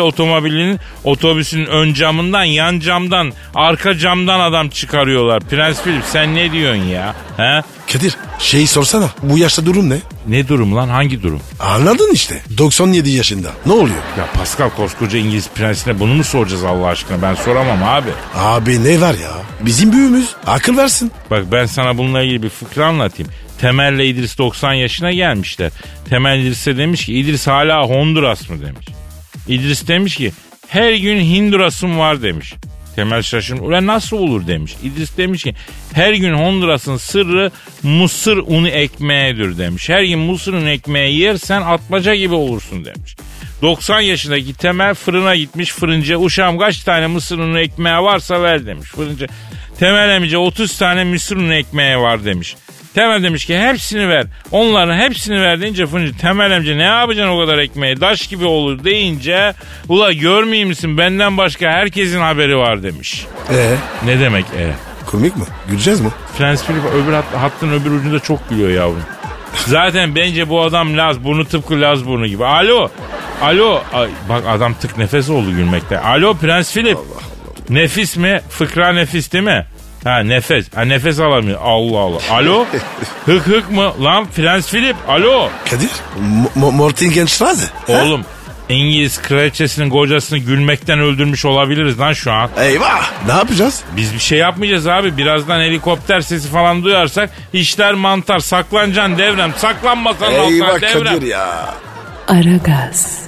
otobüsün ön camından, yan camdan, arka camdan adam çıkarıyorlar. Prens Philip sen ne diyorsun ya? He? Kadir sorsana, bu yaşta durum ne? Ne durum lan, hangi durum? Anladın işte, 97 yaşında ne oluyor? Ya Pascal, koskoca İngiliz prensine bunu mu soracağız Allah aşkına? Ben soramam abi. Abi ne var ya, bizim büyüğümüz akıl versin. Bak ben sana bununla ilgili bir fıkra anlatayım. Temel'le İdris 90 yaşına gelmişler. Temel İdris'e demiş ki, İdris hala Honduras mı demiş. İdris demiş ki her gün Hinduras'ım var demiş. Temel şaşırmış. Ulan nasıl olur demiş. İdris demiş ki her gün Honduras'ın sırrı mısır unu ekmeğidir demiş. Her gün mısır unu ekmeği yersen atmaca gibi olursun demiş. 90 yaşındaki Temel fırına gitmiş, fırıncı uşağım kaç tane mısır unu ekmeği varsa ver demiş. Fırıncı Temel emice 30 tane mısır unu ekmeği var demiş. Temel demiş ki hepsini ver. Onların hepsini ver deyince fırıncı Temel amca ne yapacaksın o kadar ekmeği, taş gibi olur deyince ula görmeyeyim misin benden başka herkesin haberi var demiş. Ne demek Komik mi? Güleceğiz mi? Prens Philip hattın öbür ucunda çok gülüyor yavrum. Zaten bence bu adam Laz burnu, tıpkı Laz burnu gibi. Alo. Ay, bak adam tık nefes oldu gülmekte. Alo Prens Philip. Allah. Nefis mi? Fıkra nefis değil mi? Nefes. Nefes alamıyor. Allah Allah. Alo? Hık mı? Lan Prens Philip. Alo? Kadir? Mortingenstraße. Oğlum İngiliz kraliçesinin kocasını gülmekten öldürmüş olabiliriz lan şu an. Eyvah, ne yapacağız? Biz bir şey yapmayacağız abi. Birazdan helikopter sesi falan duyarsak işler mantar. Saklanacaksın Devrem. Saklanmasan Eyvah alsan Devrem. Kadir ya. Aragaz.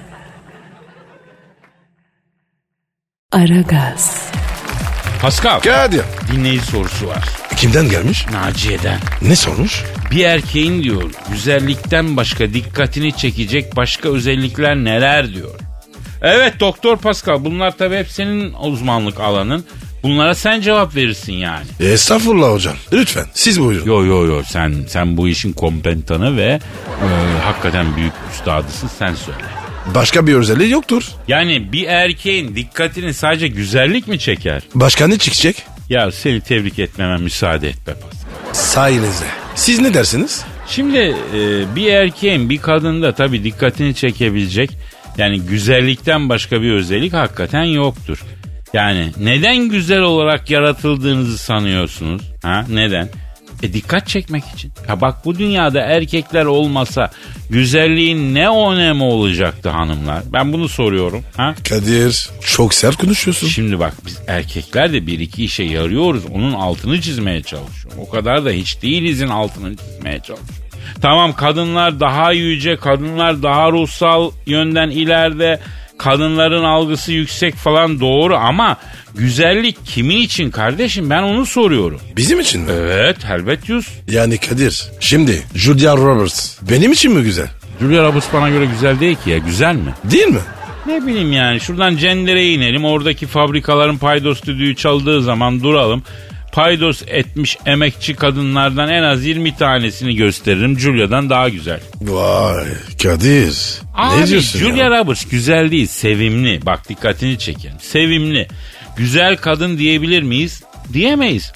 Aragaz. Pascal, Kadir. dinleyici sorusu var. Kimden gelmiş? Naciye'den. Ne sormuş? Bir erkeğin diyor güzellikten başka dikkatini çekecek başka özellikler neler diyor. Evet Doktor Pascal, bunlar tabii hep senin uzmanlık alanın. Bunlara sen cevap verirsin yani. Estağfurullah hocam. Lütfen siz buyurun. Yo sen bu işin kompetanı ve hakikaten büyük üstadısın, sen söyle. Başka bir özelliği yoktur. Yani bir erkeğin dikkatini sadece güzellik mi çeker? Başka ne çıkacak? Ya seni tebrik etmeme müsaade et be Pascal. Sayenizde. Siz ne dersiniz? Şimdi bir erkeğin bir kadında tabii dikkatini çekebilecek yani güzellikten başka bir özellik hakikaten yoktur. Yani neden güzel olarak yaratıldığınızı sanıyorsunuz? Ha? Neden? Dikkat çekmek için. Ya bak, bu dünyada erkekler olmasa güzelliğin ne önemi olacaktı hanımlar? Ben bunu soruyorum. Ha? Kadir çok sert konuşuyorsun. Şimdi bak, biz erkekler de bir iki işe yarıyoruz. Onun altını çizmeye çalışıyorum. O kadar da hiç değilizin altını çizmeye çalışıyorum. Tamam, kadınlar daha yüce, kadınlar daha ruhsal yönden ileride, kadınların algısı yüksek falan, doğru, ama güzellik kimin için kardeşim, ben onu soruyorum. Bizim için mi? Evet, elbet yüz. Yani Kadir şimdi Julia Roberts benim için mi güzel? Julia Roberts bana göre güzel değil ki ya, güzel mi? Değil mi? Ne bileyim yani, şuradan Cendere'ye inelim, oradaki fabrikaların paydos düdüğü çaldığı zaman duralım. Paydos etmiş emekçi kadınlardan en az 20 tanesini gösteririm Julia'dan daha güzel. Vay Kadir. Abi, ne diyorsun Julia ya? Roberts güzel değil, sevimli. Bak, dikkatini çekerim. Sevimli. Güzel kadın diyebilir miyiz? Diyemeyiz.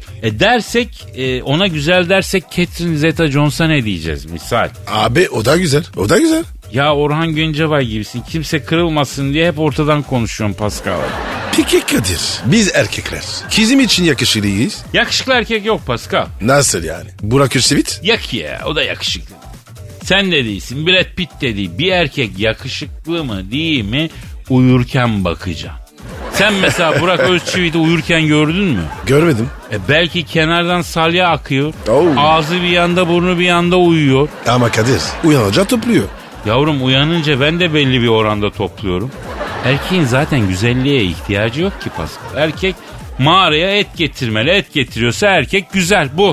Dersek, ona güzel dersek Catherine Zeta-Jones'a ne diyeceğiz misal? Abi o da güzel. O da güzel. Ya Orhan Gencebay gibisin. Kimse kırılmasın diye hep ortadan konuşuyorum Pascal. Peki Kadir biz erkekler bizim için yakışıklıyız. Yakışıklı erkek yok Pascal. Nasıl yani? Burak Özçivit? Yak ya, o da yakışıklı. Sen de değilsin, Brad Pitt de değil. Bir erkek yakışıklı mı değil mi uyurken bakacaksın. Sen mesela Burak Özçivit'i uyurken gördün mü? Görmedim. Belki kenardan salya akıyor. Oo. Ağzı bir yanda, burnu bir yanda uyuyor. Ama Kadir uyanınca topluyor. Yavrum, uyanınca ben de belli bir oranda topluyorum. Erkeğin zaten güzelliğe ihtiyacı yok ki Pascal. Erkek mağaraya et getirmeli. Et getiriyorsa erkek güzel, bu.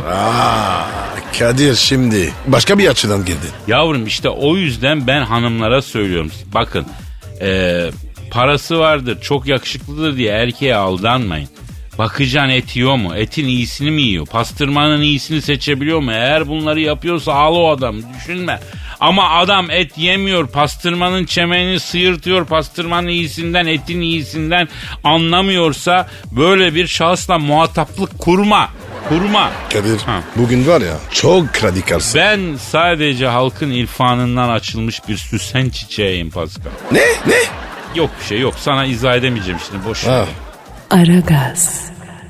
Kadir şimdi başka bir açıdan girdin. Yavrum, işte o yüzden ben hanımlara söylüyorum. Bakın, parası vardır, çok yakışıklıdır diye erkeğe aldanmayın. Bakacaksın, et yiyor mu? Etin iyisini mi yiyor? Pastırmanın iyisini seçebiliyor mu? Eğer bunları yapıyorsa al o adamı, düşünme. Ama adam et yemiyor, pastırmanın çemenini sıyırtıyor, pastırmanın iyisinden, etin iyisinden anlamıyorsa böyle bir şahısla muhataplık kurma. Kadir Ha. bugün var ya çok radikalsın. Ben sadece halkın irfanından açılmış bir süsen çiçeğiyim Pascal. Ne? Yok bir şey yok, sana izah edemeyeceğim şimdi, boş ver. Ha. Aragaz.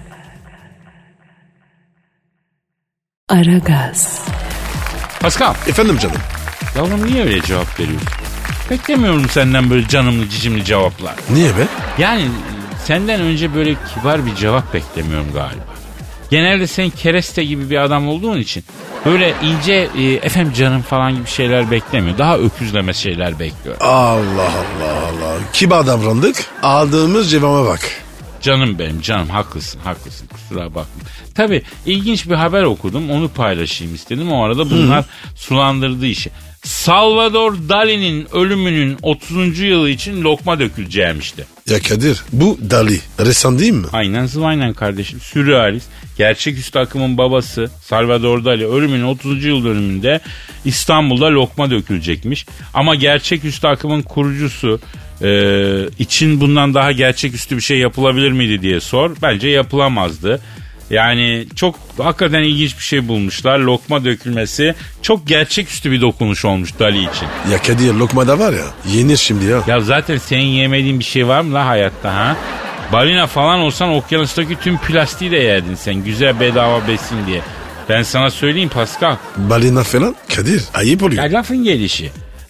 Aragaz. Pascal, Efendim canım. yavrum niye öyle cevap veriyorsun? Beklemiyorum senden böyle canımlı cicimli cevaplar. Niye be? Yani senden önce böyle kibar bir cevap beklemiyorum galiba. Genelde sen kereste gibi bir adam olduğun için böyle ince efendim canım falan gibi şeyler beklemiyor. Daha öküzleme şeyler bekliyor. Allah. Kibar davrandık. Aldığımız cevaba bak. Canım benim canım, haklısın kusura bakma. Tabii ilginç bir haber okudum, onu paylaşayım istedim. O arada bunlar sulandırdı işi. Salvador Dali'nin ölümünün 30. yılı için lokma döküleceğimişti. Ya Kadir bu Dali ressam değil mi? Aynen zıvaynen kardeşim, sürrealist. Gerçeküstü akımın babası Salvador Dali ölümünün 30. yıl dönümünde İstanbul'da lokma dökülecekmiş. Ama gerçeküstü akımın kurucusu için bundan daha gerçeküstü bir şey yapılabilir miydi diye sor. Bence yapılamazdı. Yani çok hakikaten ilginç bir şey bulmuşlar. Lokma dökülmesi çok gerçeküstü bir dokunuş olmuş Dali için. Ya Kadir lokmada var ya yenir şimdi ya. Ya zaten senin yemediğin bir şey var mı la hayatta ha? Balina falan olsan okyanustaki tüm plastiği de yerdin sen. Güzel bedava besin diye. Ben sana söyleyeyim Pascal. Balina falan Kadir ayıp oluyor. Ya lafın gelişi.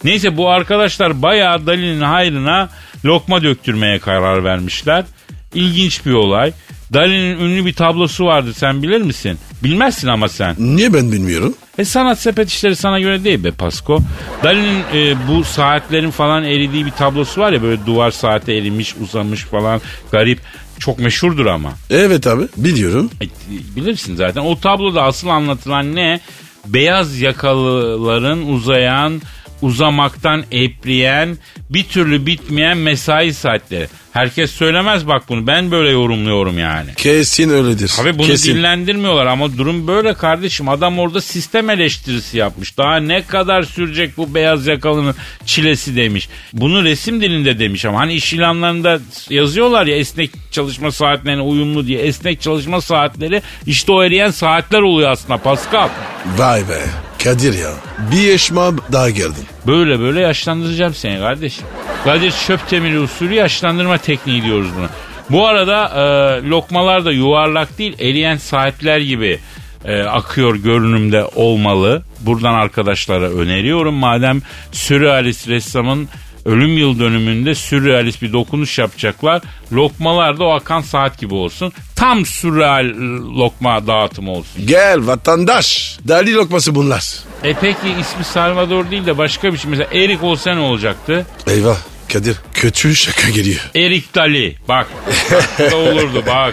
Neyse bu arkadaşlar bayağı Dali'nin hayrına lokma döktürmeye karar vermişler. İlginç bir olay. Dali'nin ünlü bir tablosu vardı, sen bilir misin? Bilmezsin ama sen. Niye ben bilmiyorum? Sanat sepet işleri sana göre değil be Pasko. Dali'nin bu saatlerin falan eridiği bir tablosu var ya, böyle duvar saati erimiş uzamış falan, garip, çok meşhurdur ama. Evet abi biliyorum. Bilirsin zaten. O tabloda asıl anlatılan ne? Beyaz yakalıların uzamaktan epriyen, bir türlü bitmeyen mesai saatleri. Herkes söylemez bak bunu. Ben böyle yorumluyorum yani. Kesin öyledir. Tabii bunu Kesin dillendirmiyorlar ama durum böyle kardeşim. Adam orada sistem eleştirisi yapmış. Daha ne kadar sürecek bu beyaz yakalının çilesi demiş. Bunu resim dilinde demiş ama hani iş ilanlarında yazıyorlar ya, esnek çalışma saatlerine uyumlu diye. Esnek çalışma saatleri işte o eriyen saatler oluyor aslında Pascal. Vay be Kadir ya. Bir yaşıma daha geldin. Böyle böyle yaşlandıracağım seni kardeşim. Kadir Şöptemir usulü yaşlandırma tekniği diyoruz buna. Bu arada lokmalar da yuvarlak değil, eriyen saatler gibi akıyor görünümde olmalı. Buradan arkadaşlara öneriyorum. Madem sürrealist ressamın ölüm yıl dönümünde sürrealist bir dokunuş yapacaklar, lokmalar da o akan saat gibi olsun. Tam sürreal lokma dağıtımı olsun. Gel vatandaş. Dali lokması bunlar. Peki ismi Salvador değil de başka bir şey. Mesela Erik olsa ne olacaktı? Eyvah Kadir kötü şaka geliyor. Erik Dali. Bak. Da olurdu bak.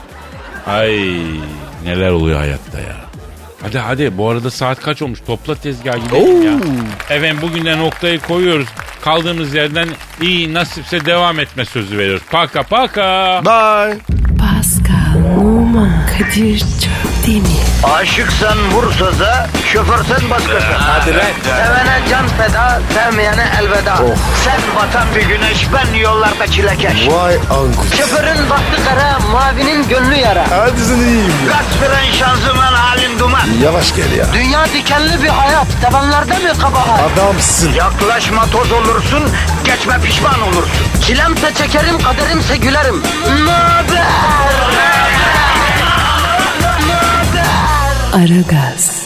Ay neler oluyor hayatta ya. Hadi bu arada saat kaç olmuş? Topla tezgah gidelim ya. Efendim bugün de noktayı koyuyoruz. Kaldığımız yerden iyi nasipse devam etme sözü veriyoruz. Paka. Bye. Pascal, Oman, Kadir çok değil mi? Aşıksan vursa da, şoförsen başkasın. Hadi lan. Sevene can feda, sevmeyene elveda. Sen batan bir güneş, ben yollarda çilekeş. Vay anku. Şoförün baktı kara, mavinin gönlü yara. Hadi sen iyiyim ya. Kasperen şanzıman halin duman. Yavaş gel ya. Dünya dikenli bir hayat, sevenlerde mi kabahar? Adamsın. Yaklaşma toz olursun, geçme pişman olursun. Çilemse çekerim, kaderimse gülerim. Möber! Aragaz.